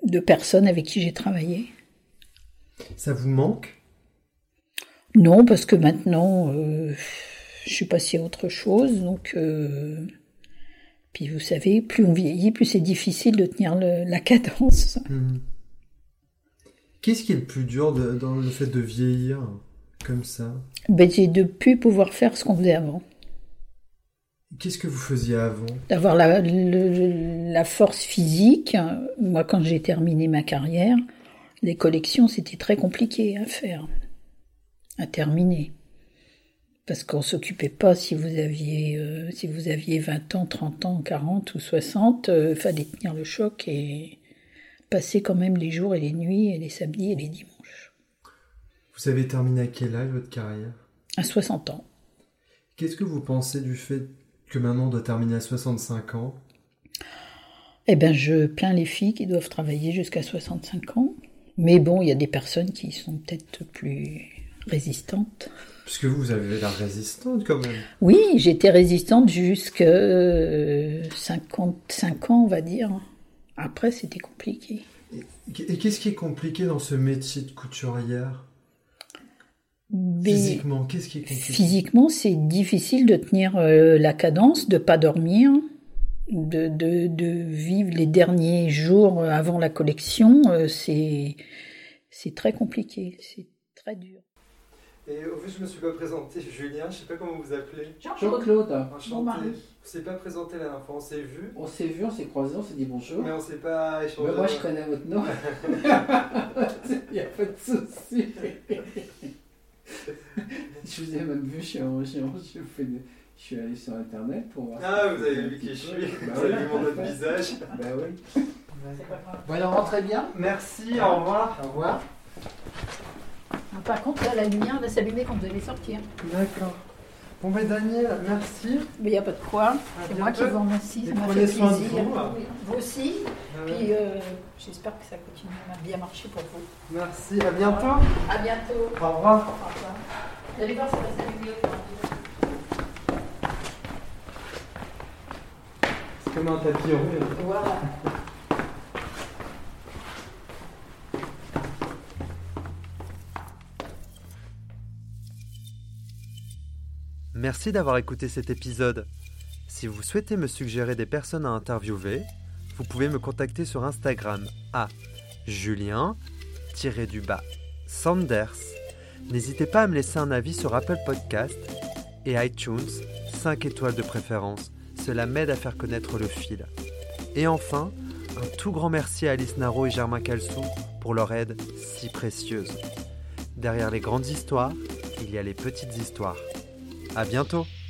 de personnes avec qui j'ai travaillé. Ça vous manque ? Non, parce que maintenant, euh, je suis passée à autre chose. Donc, euh, puis vous savez, plus on vieillit, plus c'est difficile de tenir le, la cadence. Mmh. Qu'est-ce qui est le plus dur de, dans le fait de vieillir comme ça ? Ben, j'ai de plus pouvoir faire ce qu'on faisait avant. Qu'est-ce que vous faisiez avant ? D'avoir la, le, la force physique. Moi, quand j'ai terminé ma carrière, les collections, c'était très compliqué à faire, à terminer. Parce qu'on ne s'occupait pas si vous aviez euh, si vous aviez vingt ans, trente ans, quarante ou soixante, il euh, fallait tenir le choc et passer quand même les jours et les nuits et les samedis et les dimanches. Vous avez terminé à quel âge votre carrière ? À soixante ans. Qu'est-ce que vous pensez du fait que maintenant on doit terminer à soixante-cinq ans ? Eh bien, je plains les filles qui doivent travailler jusqu'à soixante-cinq ans. Mais bon, il y a des personnes qui sont peut-être plus résistantes. Puisque vous, vous avez l'air résistante quand même. Oui, j'étais résistante jusqu'à cinquante-cinq ans, on va dire. Après, c'était compliqué. Et, et qu'est-ce qui est compliqué dans ce métier de couturière ? Mais physiquement, qu'est-ce qui est compliqué ? Physiquement, c'est difficile de tenir euh, la cadence, de ne pas dormir, de, de, de vivre les derniers jours avant la collection. Euh, c'est, c'est très compliqué, c'est très dur. Et au fait, je me suis pas présenté, Julien, je sais pas comment vous appelez. Jean-Claude. Enchanté. Mon mari. On s'est pas présenté la dernière fois, on s'est vu. On s'est vu, on s'est croisés, on s'est dit bonjour. Mais on s'est pas échangé. Mais moi, je connais votre nom. Il n'y a pas de souci. Je vous ai même vu, je suis, en, je suis, en, je fais de, je suis allé sur internet pour voir. Ah, vous avez vu qui je suis. Bah vous avez vu mon autre visage. Bah oui. Bon, alors rentrez bien. Merci, au revoir. Au revoir. Par contre, là, la lumière va s'allumer quand vous allez sortir. D'accord. Bon, ben Daniel, merci. Mais il n'y a pas de quoi. À C'est bientôt. moi qui vous remercie. Ça m'a prenez fait soin de plaisir. vous. Oui, vous aussi. Ah ouais. Puis euh, j'espère que ça continue à bien marcher pour vous. Merci, à bientôt. À bientôt. Au revoir. Au revoir. Vous allez voir, ça va s'allumer. C'est comme un tapis rouge. Voilà. Merci d'avoir écouté cet épisode. Si vous souhaitez me suggérer des personnes à interviewer, vous pouvez me contacter sur Instagram à Julien-Sanders. N'hésitez pas à me laisser un avis sur Apple Podcast et iTunes, cinq étoiles de préférence. Cela m'aide à faire connaître le fil. Et enfin, un tout grand merci à Alice Naro et Germain Calsou pour leur aide si précieuse. Derrière les grandes histoires, il y a les petites histoires. À bientôt!